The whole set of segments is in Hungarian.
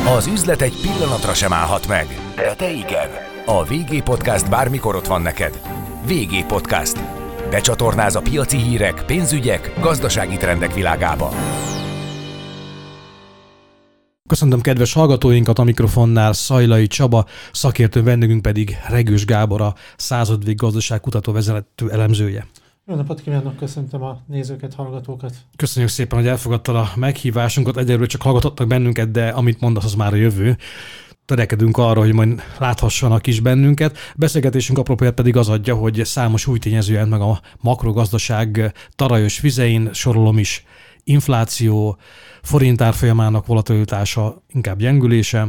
Az üzlet egy pillanatra sem állhat meg, de te igen. A VG Podcast bármikor ott van neked. VG Podcast. Becsatornáz a piaci hírek, pénzügyek, gazdasági trendek világába. Köszöntöm kedves hallgatóinkat, a mikrofonnál Szajlai Csaba, szakértő vendégünk pedig Regős Gábor, a Századvég gazdaságkutató vezető elemzője. Jó napot kívánok, köszöntöm a nézőket, hallgatókat. Köszönjük szépen, hogy elfogadtad a meghívásunkat. Egyelőre csak hallgatottak bennünket, de amit mondasz, az már a jövő. Törekedünk arra, hogy majd láthassanak is bennünket. Beszélgetésünk apropóját pedig az adja, hogy számos új tényező jelent meg a makrogazdaság tarajos vizein, sorolom is: infláció, forint árfolyamának volatilitása, inkább gyengülése.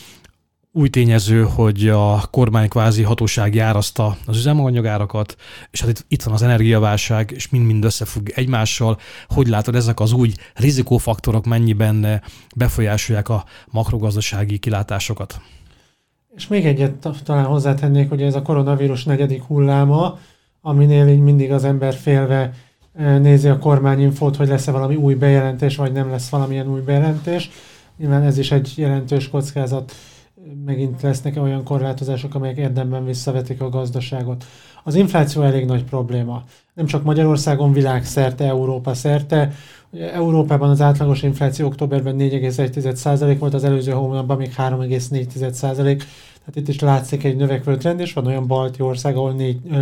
Új tényező, hogy a kormány kvázi hatósági árazta az üzemanyagárakat, és hát itt van az energiaválság, és mind összefügg egymással. Hogy látod, ezek az új rizikófaktorok mennyiben befolyásolják a makrogazdasági kilátásokat? És még egyet talán hozzátennék, hogy ez a koronavírus negyedik hulláma, aminél így mindig az ember félve nézi a kormányinfót, hogy lesz-e valami új bejelentés, vagy nem lesz valamilyen új bejelentés. Nyilván ez is egy jelentős kockázat. Megint lesznek olyan korlátozások, amelyek érdemben visszavetik a gazdaságot. Az infláció elég nagy probléma. Nem csak Magyarországon, világszerte, Európa szerte. Európában az átlagos infláció októberben 4,1% volt, az előző hónapban még 3,4%. Tehát itt is látszik egy növekvő trend, és van olyan balti ország, ahol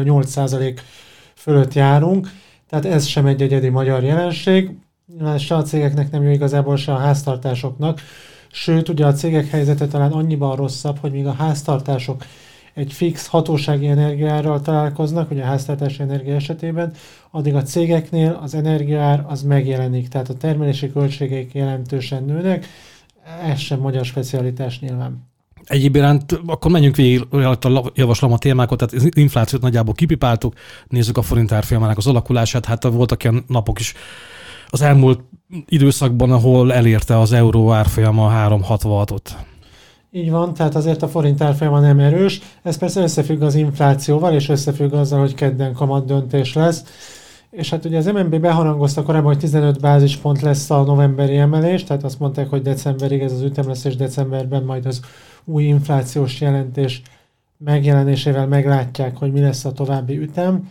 8% fölött járunk. Tehát ez sem egy egyedi magyar jelenség. Se a cégeknek nem jó igazából, se a háztartásoknak. Sőt, ugye a cégek helyzete talán annyiban rosszabb, hogy míg a háztartások egy fix hatósági energiaárral találkoznak, ugye a háztartási energia esetében, addig a cégeknél az energiaár az megjelenik, tehát a termelési költségeik jelentősen nőnek, ez sem magyar specialitás nyilván. Egyéb iránt akkor menjünk végig, javaslom a témákat, tehát az inflációt nagyjából kipipáltuk, nézzük a forint árfolyamának az alakulását, hát voltak ilyen napok is az elmúlt időszakban, ahol elérte az euró árfolyama 3,66-ot. Így van, tehát azért a forint árfolyama nem erős. Ez persze összefügg az inflációval, és összefügg azzal, hogy kedden kamat döntés lesz. És hát ugye az MNB beharangozta korábban, hogy 15 bázispont lesz a novemberi emelés, tehát azt mondták, hogy decemberig ez az ütem lesz, és decemberben majd az új inflációs jelentés megjelenésével meglátják, hogy mi lesz a további ütem.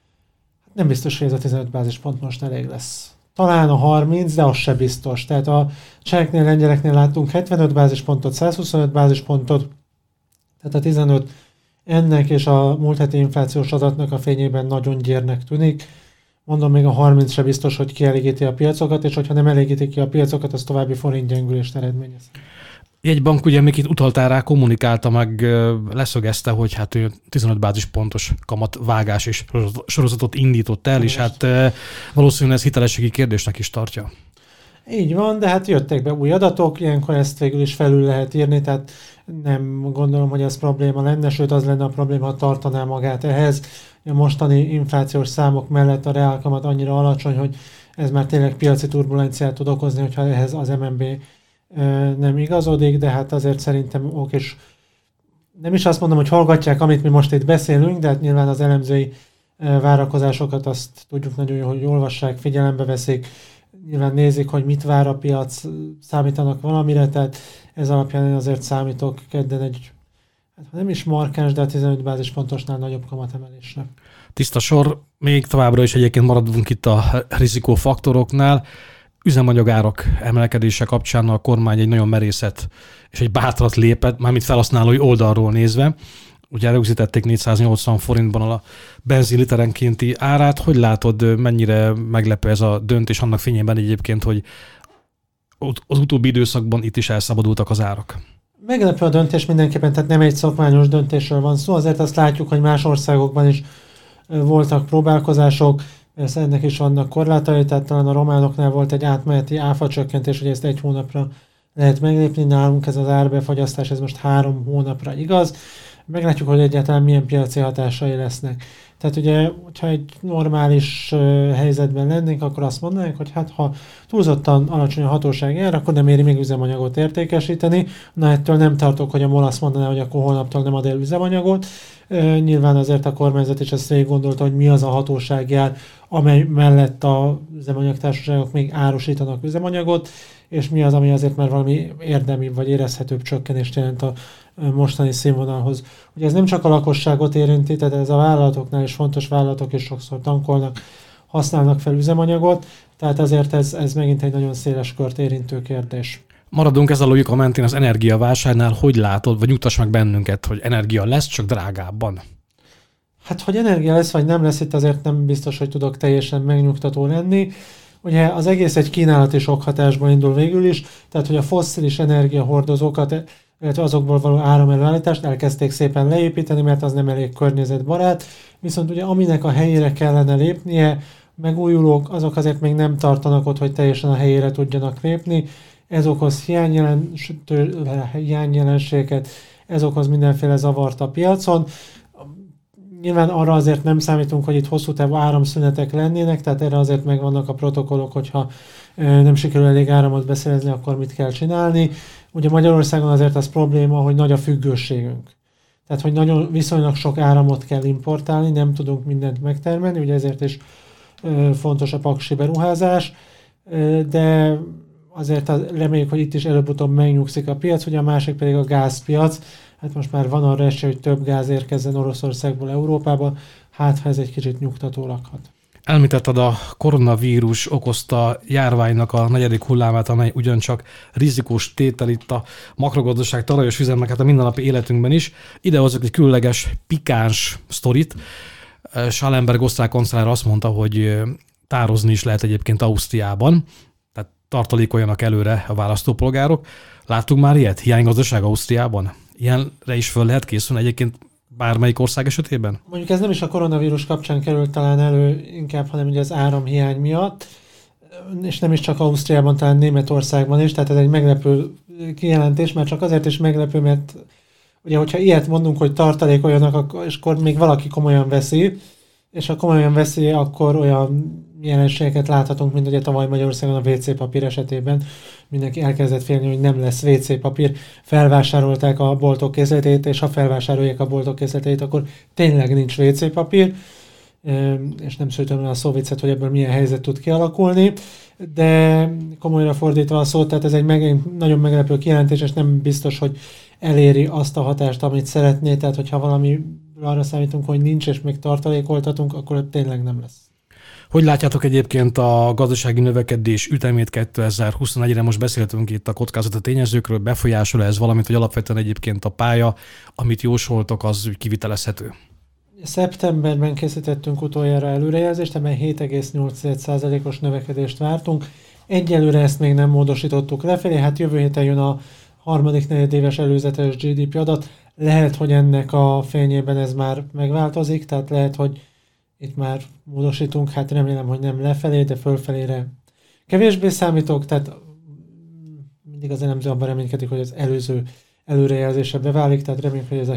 Nem biztos, hogy ez a 15 bázispont most elég lesz. Talán a 30, de az se biztos. Tehát a cseheknél, lengyeleknél láttunk 75 bázispontot, 125 bázispontot, tehát a 15 ennek és a múlt heti inflációs adatnak a fényében nagyon gyérnek tűnik. Mondom, még a 30 se biztos, hogy kielégíti a piacokat, és hogyha nem elégíti ki a piacokat, az további forintgyengülést eredményez. Jegybank ugye még itt utaltál rá, kommunikálta meg, leszögezte, hogy hát ő 15 bázispontos kamatvágás és sorozatot indított el, és hát valószínűleg ez hitelességi kérdésnek is tartja. Így van, de hát jöttek be új adatok, ilyenkor ezt végül is felül lehet írni, tehát nem gondolom, hogy ez probléma lenne, sőt az lenne a probléma, ha tartaná magát ehhez. A mostani inflációs számok mellett a reálkamat annyira alacsony, hogy ez már tényleg piaci turbulenciát tud okozni, hogyha ehhez az MNB nem igazodik, de hát azért szerintem és nem is azt mondom, hogy hallgatják, amit mi most itt beszélünk, de hát nyilván az elemzői várakozásokat azt tudjuk nagyon jó, hogy olvassák, figyelembe veszik, nyilván nézik, hogy mit vár a piac, számítanak valamire, tehát ez alapján én azért számítok kedden egy, hát nem is markáns, de a 15 bázispontosnál nagyobb kamatemelésre. Tiszta sor, még továbbra is egyébként maradunk itt a rizikófaktoroknál. Üzemanyagárak emelkedése kapcsán a kormány egy nagyon merészet és egy bátrat lépett, mármint felhasználói oldalról nézve. Ugye rögzítették 480 forintban a benzin literenkénti árát. Hogy látod, mennyire meglepő ez a döntés annak fényében egyébként, hogy az utóbbi időszakban itt is elszabadultak az árak? Meglepő a döntés mindenképpen, tehát nem egy szokványos döntésről van szó. Azért azt látjuk, hogy más országokban is voltak próbálkozások, persze ennek is vannak korlátai, tehát talán a románoknál volt egy átmeneti áfacsökkentés, hogy ezt egy hónapra lehet meglépni, nálunk ez az árbefagyasztás, ez most 3 hónapra igaz. Meglátjuk, hogy egyáltalán milyen piaci hatásai lesznek. Tehát ugye, hogyha egy normális helyzetben lennénk, akkor azt mondanánk, hogy hát ha túlzottan alacsony a hatósági ár, akkor nem éri még üzemanyagot értékesíteni. Na ettől nem tartok, hogy a MOL azt mondaná, hogy akkor holnaptól nem ad el üzemanyagot. Nyilván azért a kormányzat is ezt végig gondolta, hogy mi az a hatósági ár, amely mellett a üzemanyagtársaságok még árusítanak üzemanyagot, és mi az, ami azért már valami érdemibb vagy érezhetőbb csökkenést jelent a mostani színvonalhoz. Ugye ez nem csak a lakosságot érinti, tehát ez a vállalatoknál is fontos, vállalatok is sokszor tankolnak, használnak fel üzemanyagot, tehát azért ez megint egy nagyon széles kört érintő kérdés. Maradunk ezzel a logika mentén az energiaválságnál, hogy látod, vagy nyugtass meg bennünket, hogy energia lesz, csak drágábban? Hát, hogy energia lesz, vagy nem lesz, itt azért nem biztos, hogy tudok teljesen megnyugtató lenni. Ugye az egész egy kínálati sokhatásban indul végül is, tehát hogy a fosszilis energiahordozókat, illetve azokból való áramelőállítást elkezdték szépen leépíteni, mert az nem elég környezetbarát. Viszont ugye aminek a helyére kellene lépnie, megújulók, azok azért még nem tartanak ott, hogy teljesen a helyére tudjanak lépni. Ez okoz hiányjelenséget, ez okoz mindenféle zavart a piacon. Nyilván arra azért nem számítunk, hogy itt hosszú távú áramszünetek lennének, tehát erre azért megvannak a protokollok, hogyha nem sikerül elég áramot beszerezni, akkor mit kell csinálni. Ugye Magyarországon azért az probléma, hogy nagy a függőségünk. Tehát, hogy nagyon viszonylag sok áramot kell importálni, nem tudunk mindent megtermelni, ugye ezért is fontos a paksi beruházás, de azért reméljük, hogy itt is előbb-utóbb megnyugszik a piac, ugye a másik pedig a gázpiac. Hát most már van arra esély, hogy több gáz érkezzen Oroszországból Európába, hát ha ez egy kicsit nyugtató lakhat. Említetted a koronavírus okozta járványnak a 4. hullámát, amely ugyancsak rizikós tétel itt a makrogazdaság talajos üzemnek, hát a mindennapi életünkben is. Ide hozok egy különleges, pikáns sztorit. Schallenberg osztrák kancellár azt mondta, hogy tározni is lehet egyébként Ausztriában, tehát tartalékoljanak előre a választópolgárok. Láttuk már ilyet? Hiánygazdaság Ausztriában? Ilyenre is föl lehet készülni egyébként bármelyik ország esetében? Mondjuk ez nem is a koronavírus kapcsán került talán elő inkább, hanem ugye az áramhiány miatt, és nem is csak Ausztriában, talán Németországban is, tehát ez egy meglepő kijelentés, már csak azért is meglepő, mert ugye, hogyha ilyet mondunk, hogy tartalékoljanak, és akkor még valaki komolyan veszi, és ha komolyan veszi, akkor olyan jelenségeket láthatunk, mint ugye tavaly Magyarországon a WC papír esetében. Mindenki elkezdett félni, hogy nem lesz WC papír. Felvásárolták a boltok készletét, és ha felvásárolják a boltok készletét, akkor tényleg nincs WC papír. És nem szültem el a szó viccet, hogy ebből milyen helyzet tud kialakulni. De komolyra fordítva a szót, tehát ez egy nagyon meglepő kijelentés, és nem biztos, hogy eléri azt a hatást, amit szeretné. Tehát, hogyha valami arra számítunk, hogy nincs, és még tartalékoltatunk, akkor tényleg nem lesz. Hogy látjátok egyébként a gazdasági növekedés ütemét 2021-re? Most beszéltünk itt a kockázati tényezőkről, befolyásol ez valamit, vagy alapvetően egyébként a pálya, amit jósoltok, az kivitelezhető? Szeptemberben készítettünk utoljára előrejelzést, ebben 7,8%-os növekedést vártunk. Egyelőre ezt még nem módosítottuk lefelé, hát jövő héten jön a harmadik negyedéves előzetes GDP adat. Lehet, hogy ennek a fényében ez már megváltozik, tehát lehet, hogy itt már módosítunk, hát remélem, hogy nem lefelé, de fölfelére kevésbé számítok, tehát mindig az elemző abban reménykedik, hogy az előző előrejelzése beválik, tehát reméljük, hogy ez a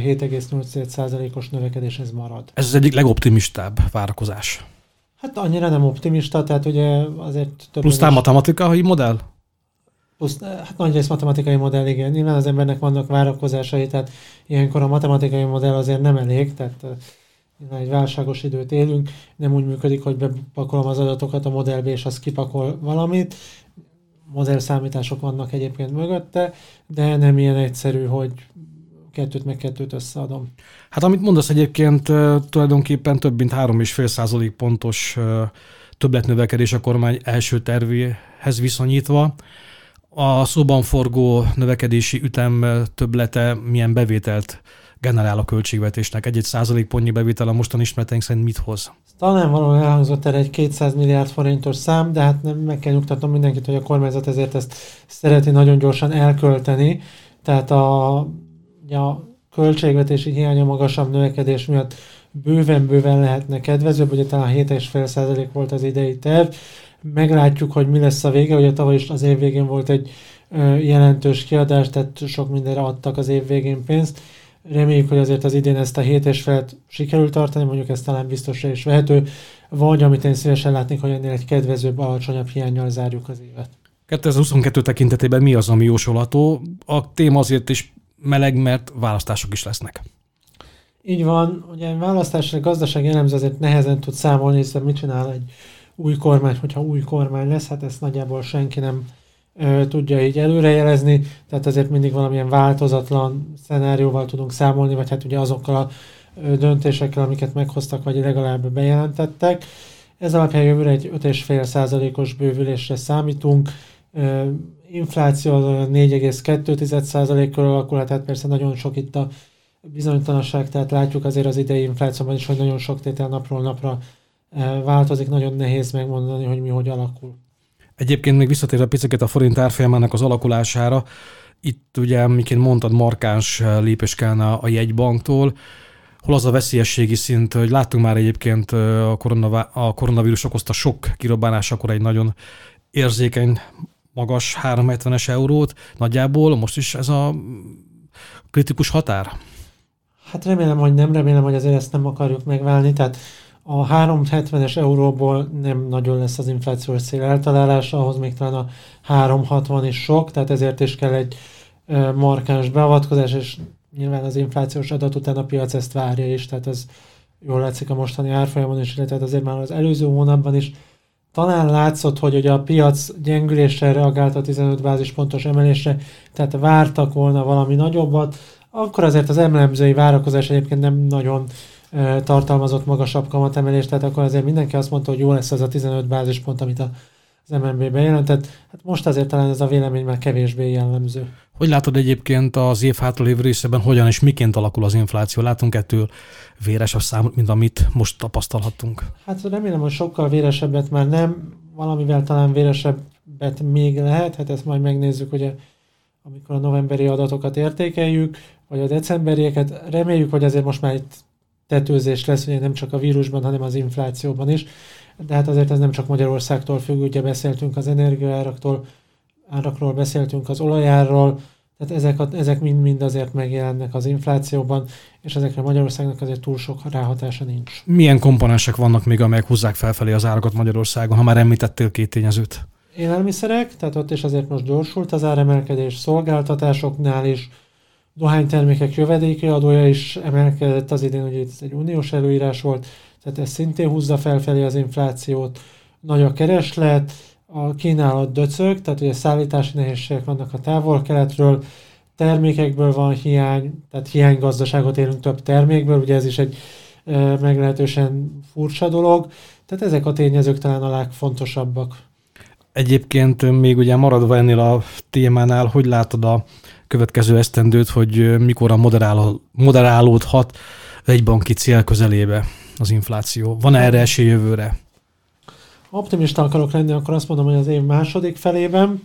7,8%-os növekedés ez marad. Ez az egyik legoptimistább várakozás. Hát annyira nem optimista, tehát ugye azért... Plusztán matematikai modell? Hát nagy rész matematikai modell, igen. Nyilván az embernek vannak várakozásai, tehát ilyenkor a matematikai modell azért nem elég, tehát egy válságos időt élünk, nem úgy működik, hogy bepakolom az adatokat a modellbe, és az kipakol valamit. Modellszámítások vannak egyébként mögötte, de nem ilyen egyszerű, hogy kettőt meg kettőt összeadom. Hát amit mondasz egyébként, tulajdonképpen több mint 3,5% pontos többletnövekedés a kormány első tervéhez viszonyítva. A szóban forgó növekedési ütem többlete milyen bevételt generál a költségvetésnek? 1% pontnyi bevétel a mostani ismereteink szerint mit hoz? Talán valahol elhangzott erre egy 200 milliárd forintos szám, de hát nem meg kell nyugtatnom mindenkit, hogy a kormányzat ezért ezt szereti nagyon gyorsan elkölteni. Tehát a költségvetési hiánya magasabb növekedés miatt bőven lehetne kedvezőbb, ugye talán 7,5% volt az idei terv. Meglátjuk, hogy mi lesz a vége, ugye tavaly is az év végén volt egy jelentős kiadás, tehát sok mindenre adtak az év végén pénzt. Reméljük, hogy azért az idén ezt a 7,5-et sikerül tartani, mondjuk ez talán biztosra is vehető, vagy amit én szívesen látnék, hogy ennél egy kedvezőbb, alacsonyabb hiánnyal zárjuk az évet. 2022 tekintetében mi az, ami jósolható? A téma azért is meleg, mert választások is lesznek. Így van, ugye választásra gazdasági elemző azért nehezen tud számolni, hiszen mit csinál egy új kormány, hogyha új kormány lesz, hát ezt nagyjából senki nem tudja így előrejelezni, tehát azért mindig valamilyen változatlan szenárióval tudunk számolni, vagy hát ugye azokkal a döntésekkel, amiket meghoztak, vagy legalább bejelentettek. Ez alapján jövőre egy 5,5%-os bővülésre számítunk. Infláció 4,2% körül alakul, tehát persze nagyon sok itt a bizonytalanság, tehát látjuk azért az idei inflációban is, hogy nagyon sok tétel napról napra változik, nagyon nehéz megmondani, hogy mi hogy alakul. Egyébként még visszatérve picit a forint árfolyamának az alakulására, itt ugye, miként mondtad, markáns lépés kellene a jegybanktól, hol az a veszélyességi szint, hogy láttunk már egyébként a koronavírus okozta sok kirobbanásakor egy nagyon érzékeny, magas 370-es eurót nagyjából, most is ez a kritikus határ? Hát remélem, hogy nem, remélem, hogy azért ezt nem akarjuk megválni, tehát a 370-es euróból nem nagyon lesz az inflációs cél eltalálása, ahhoz még talán a 360 is sok, tehát ezért is kell egy markáns beavatkozás, és nyilván az inflációs adat után a piac ezt várja is, tehát ez jól látszik a mostani árfolyamon is, illetve azért már az előző hónapban is talán látszott, hogy ugye a piac gyengüléssel reagált a 15 bázispontos emelésre, tehát vártak volna valami nagyobbat, akkor azért az elemzői várakozás egyébként nem nagyon tartalmazott magasabb kamatemelést, tehát akkor azért mindenki azt mondta, hogy jó lesz ez a 15 bázispont, amit az MNB bejelentett. Hát most azért talán ez a vélemény már kevésbé jellemző. Hogy látod egyébként az év hátralévő részében, hogyan és miként alakul az infláció? Látunk ettől véresebb számot, mint amit most tapasztalhattunk? Hát remélem, hogy sokkal véresebbet már nem, valamivel talán véresebbet még lehet, hát ezt majd megnézzük, ugye, amikor a novemberi adatokat értékeljük, vagy a decemberieket. Reméljük, hogy azért most már itt tetőzés lesz, ugye nem csak a vírusban, hanem az inflációban is. De hát azért ez nem csak Magyarországtól függ, ugye beszéltünk az árakról beszéltünk az olajárról, tehát ezek mind azért megjelennek az inflációban, és ezekre Magyarországnak azért túl sok ráhatása nincs. Milyen komponensek vannak még, amelyek húzzák felfelé az árakat Magyarországon, ha már említettél két tényezőt? Élelmiszerek, tehát ott is azért most gyorsult az áremelkedés, szolgáltatásoknál is, dohánytermékek jövedéki adója is emelkedett az idén, ugye ez egy uniós előírás volt, tehát ez szintén húzza felfelé az inflációt. Nagy a kereslet, a kínálat döcög, tehát ugye szállítási nehézségek vannak a távol-keletről, termékekből van hiány, tehát hiánygazdaságot élünk több termékből, ugye ez is egy meglehetősen furcsa dolog, tehát ezek a tényezők talán a legfontosabbak. Egyébként még ugye maradva ennél a témánál, hogy látod a következő esztendőt, hogy mikor moderálódhat egy banki cél közelébe az infláció? Van-e erre esély jövőre? Optimista akarok lenni, akkor azt mondom, hogy az év második felében,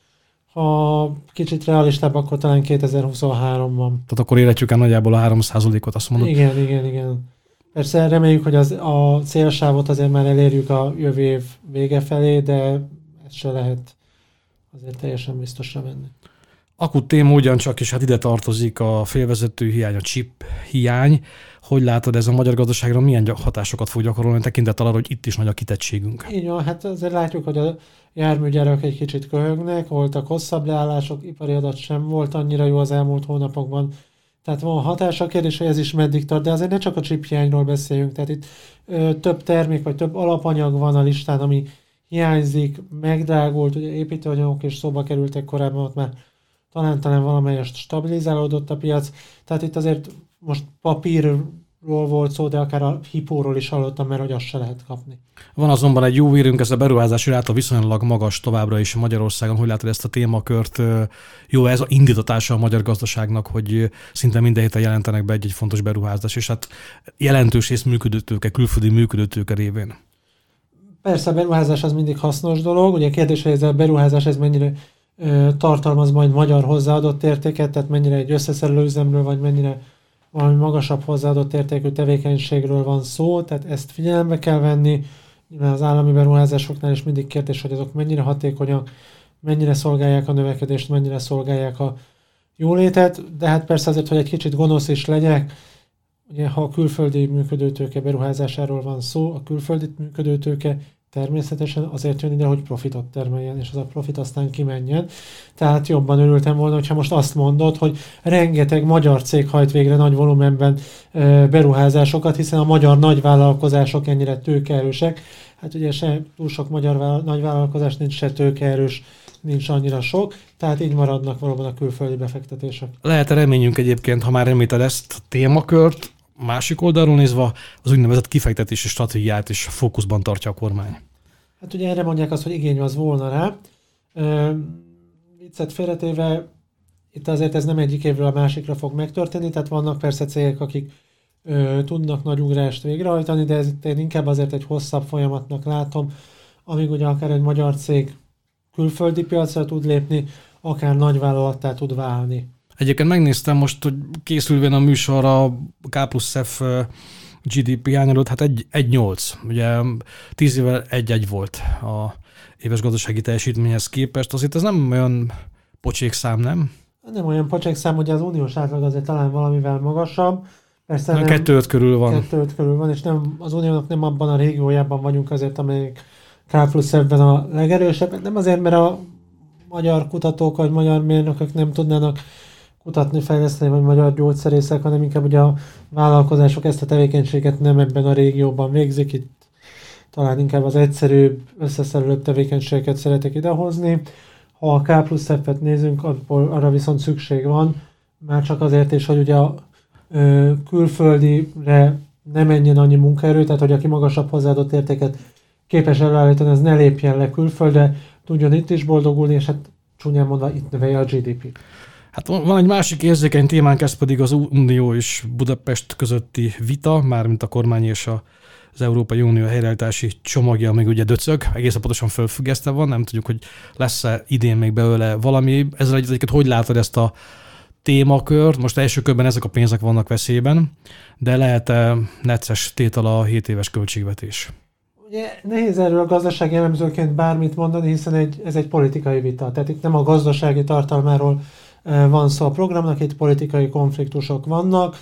ha kicsit realistább, akkor talán 2023-ban. Tehát akkor érhetjük el nagyjából a 3%-ot, azt mondod? Igen. Persze reméljük, hogy a célsávot azért már elérjük a jövő év vége felé, de ez se lehet azért teljesen biztosra menni. Akut téma ugyancsak, és hát ide tartozik a félvezető hiány, a chip hiány. Hogy látod, ez a magyar gazdaságra milyen hatásokat fog gyakorolni, tekintettel arra, hogy itt is nagy a kitettségünk? Így van, hát azért látjuk, hogy a járműgyárak egy kicsit köhögnek, voltak hosszabb leállások, ipari adat sem volt annyira jó az elmúlt hónapokban. Tehát van hatása, kérdés, hogy ez is meddig tart, de azért ne csak a chip hiányról beszéljünk, tehát itt több termék vagy több alapanyag van a listán, ami hiányzik, megdrágult, ugye építőanyagok is szóba kerültek korábban, ott már talán valamelyest stabilizálódott a piac, tehát itt azért most papírról volt szó, de akár a hipóról is hallottam, mert hogy azt se lehet kapni. Van azonban egy jó hírünk, ez a beruházási ráta viszonylag magas továbbra is Magyarországon. Hogy látod ezt a témakört? Jó, ez a indítatása a magyar gazdaságnak, hogy szinte minden héten jelentenek be egy fontos beruházás, és hát jelentős rész működőtőke, külföldi működőtőke révén. Persze a beruházás az mindig hasznos dolog, ugye kérdés, hogy ez a beruházás ez mennyire tartalmaz majd magyar hozzáadott értéket, tehát mennyire egy összeszerelő üzemről, vagy mennyire valami magasabb hozzáadott értékű tevékenységről van szó, tehát ezt figyelembe kell venni. Nyilván az állami beruházásoknál is mindig kérdés, hogy azok mennyire hatékonyak, mennyire szolgálják a növekedést, mennyire szolgálják a jólétet, de hát persze azért, hogy egy kicsit gonosz is legyek, ugye ha a külföldi működőtőke beruházásáról van szó, a külföldi működőtőke természetesen azért jön ide, hogy profitot termeljen, és az a profit aztán kimenjen. Tehát jobban örültem volna, hogyha most azt mondod, hogy rengeteg magyar cég hajt végre nagy volumenben beruházásokat, hiszen a magyar nagyvállalkozások ennyire tőkeerősek. Hát ugye se túl sok magyar nagyvállalkozás nincs, se tőkeerős nincs annyira sok, tehát így maradnak valóban a külföldi befektetések. Lehet-e reményünk egyébként, ha már említed ezt a témakört, másik oldalról nézve az úgynevezett kifektetési stratégiát is fókuszban tartja a kormány? Hát ugye erre mondják azt, hogy igény az volna rá. Viccet félretéve, itt azért ez nem egyik évről a másikra fog megtörténni, tehát vannak persze cégek, akik tudnak nagy ugrást végrehajtani, de ez én inkább azért egy hosszabb folyamatnak látom, amíg ugye akár egy magyar cég külföldi piacra tud lépni, akár nagyvállalattá tud válni. Egyébként megnéztem most, hogy készülvén a műsorra a K+F GDP árnyalat, hát 1,8. Ugye 10 évvel 1,1 volt a éves gazdasági teljesítményhez képest. Azért ez nem olyan pocsék szám, nem? Nem olyan pocsék szám, ugye az uniós átlag azért talán valamivel magasabb. Persze nem, 2,5 körül van. 2,5 körül van, és nem, az uniónak nem abban a régiójában vagyunk azért, amelyik K+F-ben a legerősebb. Nem azért, mert a magyar kutatók vagy magyar mérnökök nem tudnának kutatni, fejleszteni, vagy magyar gyógyszerészek, hanem inkább ugye a vállalkozások ezt a tevékenységet nem ebben a régióban végzik. Itt talán inkább az egyszerűbb, összeszerelőbb tevékenységeket szeretek idehozni. Ha a K+F-et nézünk, arra viszont szükség van, már csak azért is, hogy ugye a külföldire ne menjen annyi munkaerő, tehát hogy aki magasabb hozzáadott értéket képes előállítani, az ne lépjen le külföldre, tudjon itt is boldogulni, és hát csúnyán mondva itt növelje a GDP-t. Hát van egy másik érzékeny témánk, ez pedig az Unió és Budapest közötti vita, mármint a kormány és az Európai Unió helyreállítási csomagja még ugye döcög, egészen pontosan fölfüggesztve van, nem tudjuk, hogy lesz-e idén még belőle valami. Ezzel egyébként hogy látod ezt a témakört? Most első körben ezek a pénzek vannak veszélyben, de lehet-e necces tétel a 7 éves költségvetés? Ugye nehéz erről a gazdasági elemzőként bármit mondani, hiszen ez egy politikai vita. Tehát itt nem a gazdasági tartalmáról van szó a programnak, itt politikai konfliktusok vannak.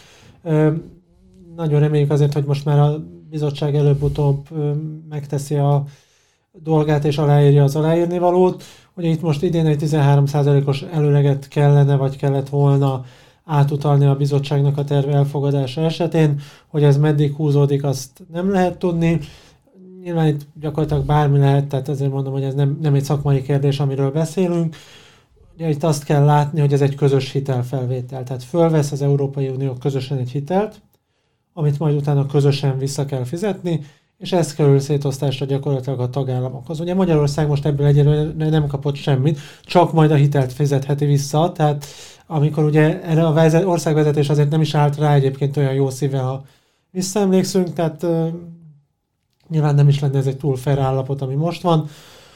Nagyon reméljük azért, hogy most már a bizottság előbb-utóbb megteszi a dolgát és aláírja az aláírnivalót. Ugye itt most idén egy 13%-os előleget kellene, vagy kellett volna átutalni a bizottságnak a terve elfogadása esetén. Hogy ez meddig húzódik, azt nem lehet tudni. Nyilván itt gyakorlatilag bármi lehet, tehát ezért mondom, hogy ez nem egy szakmai kérdés, amiről beszélünk. Ugye itt azt kell látni, hogy ez egy közös hitelfelvétel. Tehát fölvesz az Európai Unió közösen egy hitelt, amit majd utána közösen vissza kell fizetni, és ez kerül szétosztásra gyakorlatilag a tagállamokhoz. Ugye Magyarország most ebből egyelőre nem kapott semmit, csak majd a hitelt fizetheti vissza, tehát amikor ugye erre a országvezetés azért nem is állt rá egyébként olyan jó szívvel, ha visszaemlékszünk, tehát nyilván nem is lenne ez egy túl fair állapot, ami most van.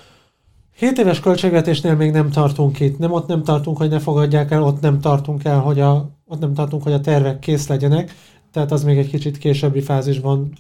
7 éves költségvetésnél még nem tartunk itt. Ott nem tartunk, hogy ne fogadják el, ott nem tartunk, hogy a tervek kész legyenek. Tehát az még egy kicsit későbbi fázisban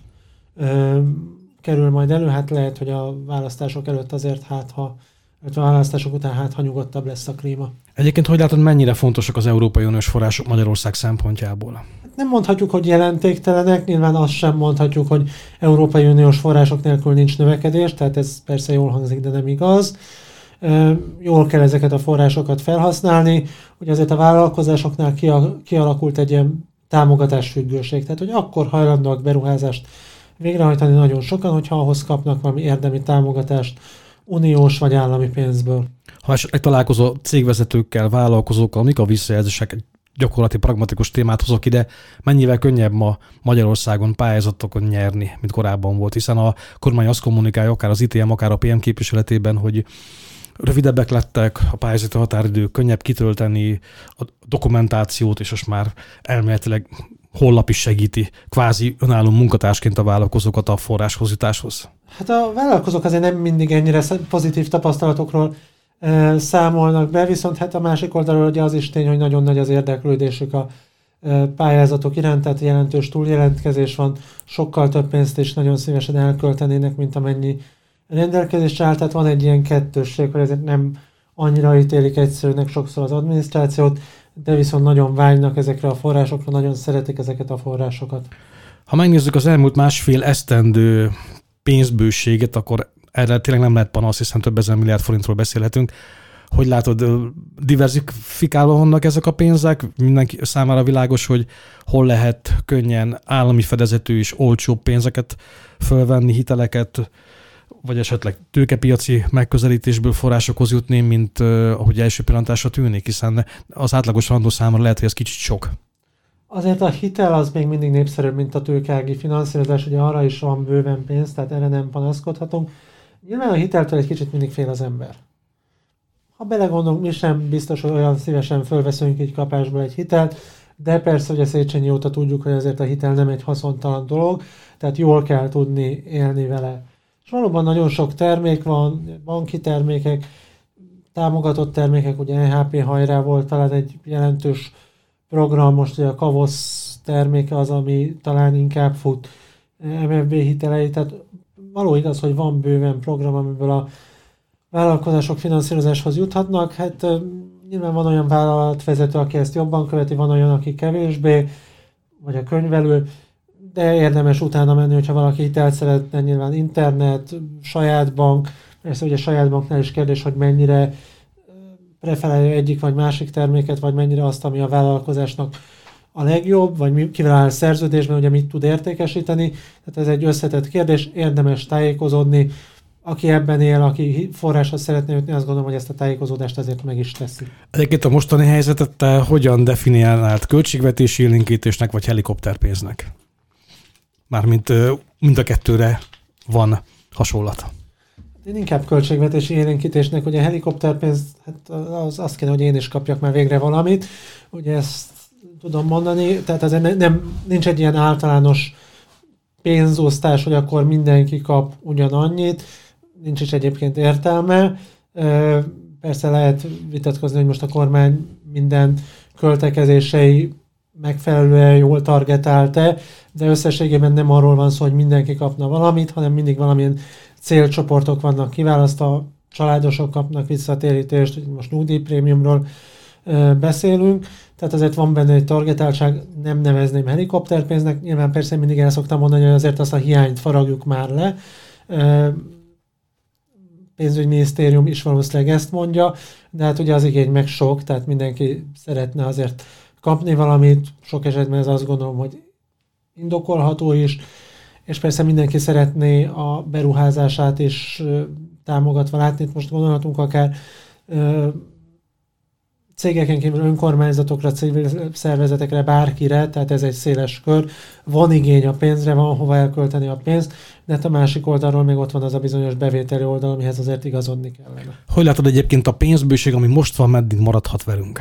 kerül majd elő. Hát lehet, hogy a választások előtt azért a választások után ha nyugodtabb lesz a klíma. Egyébként hogy látod, mennyire fontosak az Európai Uniós források Magyarország szempontjából? Hát nem mondhatjuk, hogy jelentéktelenek, nyilván azt sem mondhatjuk, hogy Európai Uniós források nélkül nincs növekedés, tehát ez persze jól hangzik, de nem igaz. Jól kell ezeket a forrásokat felhasználni, hogy azért a vállalkozásoknál kialakult egy ilyen támogatásfüggőség, tehát hogy akkor hajlandóak beruházást végrehajtani nagyon sokan, hogyha ahhoz kapnak valami érdemi támogatást uniós vagy állami pénzből. Ha esetleg találkozó cégvezetőkkel, vállalkozókkal, mik a visszajelzések? Gyakorlati pragmatikus témát hozok ide, mennyivel könnyebb ma Magyarországon pályázatokon nyerni, mint korábban volt, hiszen a kormány azt kommunikálja, akár az ITM, akár a PM képviseletében, hogy rövidebbek lettek, a pályázati határidők, könnyebb kitölteni a dokumentációt, és most már elméletileg honlap is segíti kvázi önálló munkatársként a vállalkozókat a forráshoz jutáshoz. Hát a vállalkozók azért nem mindig ennyire pozitív tapasztalatokról számolnak be, viszont hát a másik oldalról ugye az is tény, hogy nagyon nagy az érdeklődésük a pályázatok iránt, tehát jelentős túljelentkezés van, sokkal több pénzt is nagyon szívesen elköltenének, mint amennyi rendelkezésre áll, tehát van egy ilyen kettősség, hogy ezért nem annyira ítélik egyszerűnek sokszor az adminisztrációt, de viszont nagyon vágynak ezekre a forrásokra, nagyon szeretik ezeket a forrásokat. Ha megnézzük az elmúlt másfél esztendő pénzbőséget, akkor erre tényleg nem lehet panasz, hiszen több ezer milliárd forintról beszélhetünk. Hogy látod, diversifikálva vannak ezek a pénzek? Mindenki számára világos, hogy hol lehet könnyen állami fedezetű és olcsó pénzeket fölvenni, hiteleket, vagy esetleg tőkepiaci megközelítésből forrásokhoz jutni, mint ahogy első pillantásra tűnik, hiszen az átlagos randó számára lehet, hogy ez kicsit sok. Azért a hitel az még mindig népszerűbb, mint a tőkeági finanszírozás, ugye arra is van bőven pénz, tehát erre nem panaszkodhatunk. Nyilván a hiteltől egy kicsit mindig fél az ember. Ha belegondolunk, mi sem biztos, hogy olyan szívesen fölveszünk így kapásból egy hitelt, de persze, hogy a Széchenyi óta tudjuk, hogy azért a hitel nem egy haszontalan dolog, tehát jól kell tudni élni vele. És valóban nagyon sok termék van, banki termékek, támogatott termékek, ugye NHP hajrá volt talán egy jelentős program, most ugye a Kavosz terméke az, ami talán inkább fut MFB hitelei, tehát való igaz, hogy van bőven program, amiből a vállalkozások finanszírozáshoz juthatnak. Hát nyilván van olyan vállalatvezető, aki ezt jobban követi, van olyan, aki kevésbé, vagy a könyvelő, de érdemes utána menni, hogyha valaki hitelt szeretne, nyilván internet, saját bank, persze ugye a saját banknál is kérdés, hogy mennyire preferálja egyik vagy másik terméket, vagy mennyire azt, ami a vállalkozásnak a legjobb, vagy kivel áll szerződésben, ugye mit tud értékesíteni. Tehát ez egy összetett kérdés, érdemes tájékozódni. Aki ebben él, aki forráshoz szeretne jutni, azt gondolom, hogy ezt a tájékozódást azért meg is teszi. Egyébként a mostani helyzetet te hogyan definiálnád, költségvetési élénkítésnek vagy helikopterpénznek? Mármint mind a kettőre van hasonlat. Én inkább költségvetési élénkítésnek, ugye a helikopterpénz, hát az azt kéne, hogy én is kapjak már végre valamit. Ugye ezt tudom mondani, tehát azért nincs egy ilyen általános pénzosztás, hogy akkor mindenki kap ugyanannyit, nincs is egyébként értelme. Persze lehet vitatkozni, hogy most a kormány minden költekezései megfelelően jól targetálta, de összességében nem arról van szó, hogy mindenki kapna valamit, hanem mindig valamilyen célcsoportok vannak kiválasztva, családosok kapnak visszatérítést, hogy most nyugdíjprémiumról beszélünk, tehát azért van benne egy targetáltság, nem nevezném helikopterpénznek, nyilván persze mindig el szoktam mondani, hogy azért azt a hiányt faragjuk már le. Pénzügyminisztérium is valószínűleg ezt mondja, de hát ugye az igény meg sok, tehát mindenki szeretne azért kapni valamit, sok esetben ez azt gondolom, hogy indokolható is, és persze mindenki szeretné a beruházását is támogatva látni. Itt most gondolhatunk akár cégeken kívül önkormányzatokra, civil szervezetekre, bárkire, tehát ez egy széles kör. Van igény a pénzre, van hova elkölteni a pénzt, de a másik oldalról még ott van az a bizonyos bevételi oldal, amihez azért igazodni kellene. Hogy látod egyébként a pénzbőség, ami most van, meddig maradhat velünk?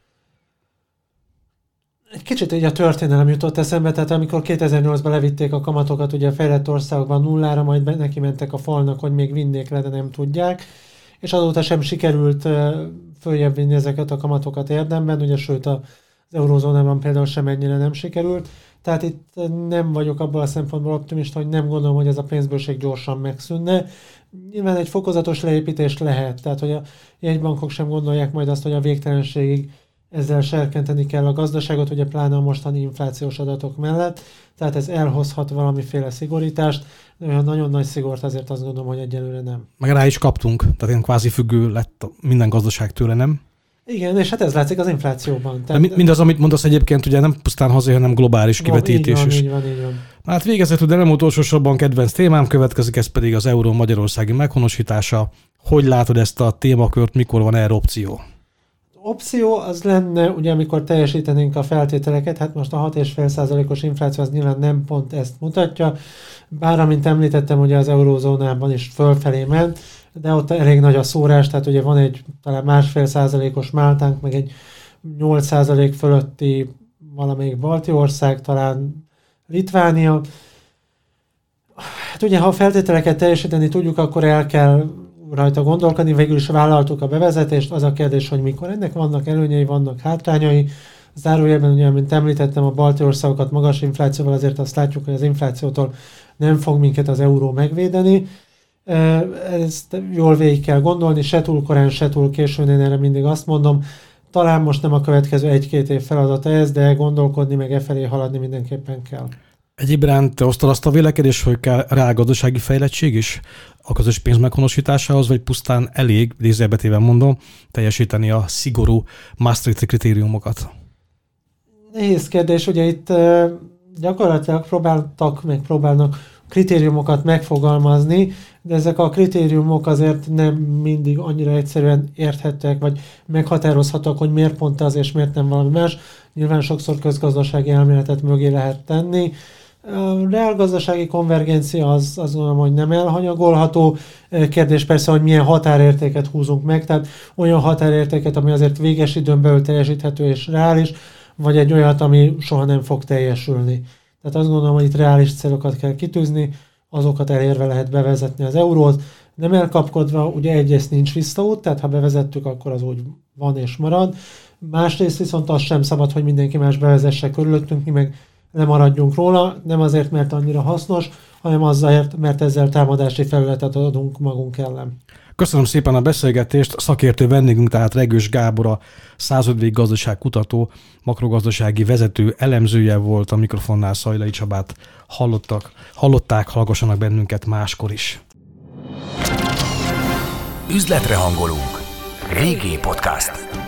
Egy kicsit így a történelem jutott eszembe, tehát amikor 2008-ban levitték a kamatokat, ugye a fejlett országokban nullára, majd neki mentek a falnak, hogy még vinnék le, de nem tudják, és azóta sem sikerült följebb vinni ezeket a kamatokat érdemben, ugye sőt az eurózónában például sem ennyire nem sikerült, tehát itt nem vagyok abban a szempontból optimista, hogy nem gondolom, hogy ez a pénzbőség gyorsan megszűnne. Nyilván egy fokozatos leépítés lehet, tehát hogy a jegybankok sem gondolják majd azt, hogy a végtelenségig ezzel serkenteni kell a gazdaságot, ugye pláne a mostani inflációs adatok mellett, tehát ez elhozhat valamiféle szigorítást, de olyan nagyon nagy szigort azért azt gondolom, hogy egyelőre nem. Meg rá is kaptunk, tehát ilyen kvázi függő lett minden gazdaság tőle, nem? Igen, és hát ez látszik az inflációban. Tehát mindaz, amit mondasz egyébként, ugye nem pusztán hazai, hanem globális kivetítés is. Így van. Hát végezetül, de nem utolsó sorban kedvenc témám következik, ez pedig az euró magyarországi meghonosítása. Hogy látod ezt a témakört, mikor van erre opció? Opció az lenne, ugye amikor teljesítenénk a feltételeket, hát most a 6,5%-os infláció az nyilván nem pont ezt mutatja, bár amint említettem, ugye az eurózónában is fölfelé ment, de ott elég nagy a szórás, tehát ugye van egy talán 1,5%-os Máltánk, meg egy 8% fölötti valamelyik balti ország, talán Litvánia. Hát ugye, ha a feltételeket teljesíteni tudjuk, akkor el kell rajta gondolkodni, végül is vállaltuk a bevezetést, az a kérdés, hogy mikor. Ennek vannak előnyei, vannak hátrányai. Zárójelben, ugye, mint említettem, a balti országokat magas inflációval, azért azt látjuk, hogy az inflációtól nem fog minket az euró megvédeni. Ezt jól végig kell gondolni, se túl korán, se túl későn, én erre mindig azt mondom, talán most nem a következő 1-2 év feladata ez, de gondolkodni, meg e felé haladni mindenképpen kell. Egyéb iránt te osztod azt a vélekedést, hogy kell reálgazdasági fejlettség is a közös pénz meghonosításához, vagy pusztán elég, idézőjelben mondom, teljesíteni a szigorú Maastrichti kritériumokat? Nehéz kérdés, ugye itt gyakorlatilag próbálnak kritériumokat megfogalmazni, de ezek a kritériumok azért nem mindig annyira egyszerűen érthetőek, vagy meghatározhatók, hogy miért pont az és miért nem valami más. Nyilván sokszor közgazdasági elméletet mögé lehet tenni. A reálgazdasági konvergencia az gondolom, hogy nem elhanyagolható. Kérdés persze, hogy milyen határértéket húzunk meg, tehát olyan határértéket, ami azért véges időn belül teljesíthető és reális, vagy egy olyat, ami soha nem fog teljesülni. Tehát azt gondolom, hogy itt reális célokat kell kitűzni, azokat elérve lehet bevezetni az eurót, nem elkapkodva, ugye egyrészt nincs visszaút, tehát ha bevezettük, akkor az úgy van és marad. Másrészt viszont az sem szabad, hogy mindenki más bevezesse körülöttünk, mi meg lemaradjunk róla, nem azért, mert annyira hasznos, hanem azért, mert ezzel támadási felületet adunk magunk ellen. Köszönöm szépen a beszélgetést. Szakértő vendégünk, tehát Regős Gábor, a 105. gazdaságkutató, makrogazdasági vezető elemzője volt, a mikrofonnál Szajlai Csabát hallották, hallgassanak bennünket máskor is. Üzletre hangolunk. VG Podcast.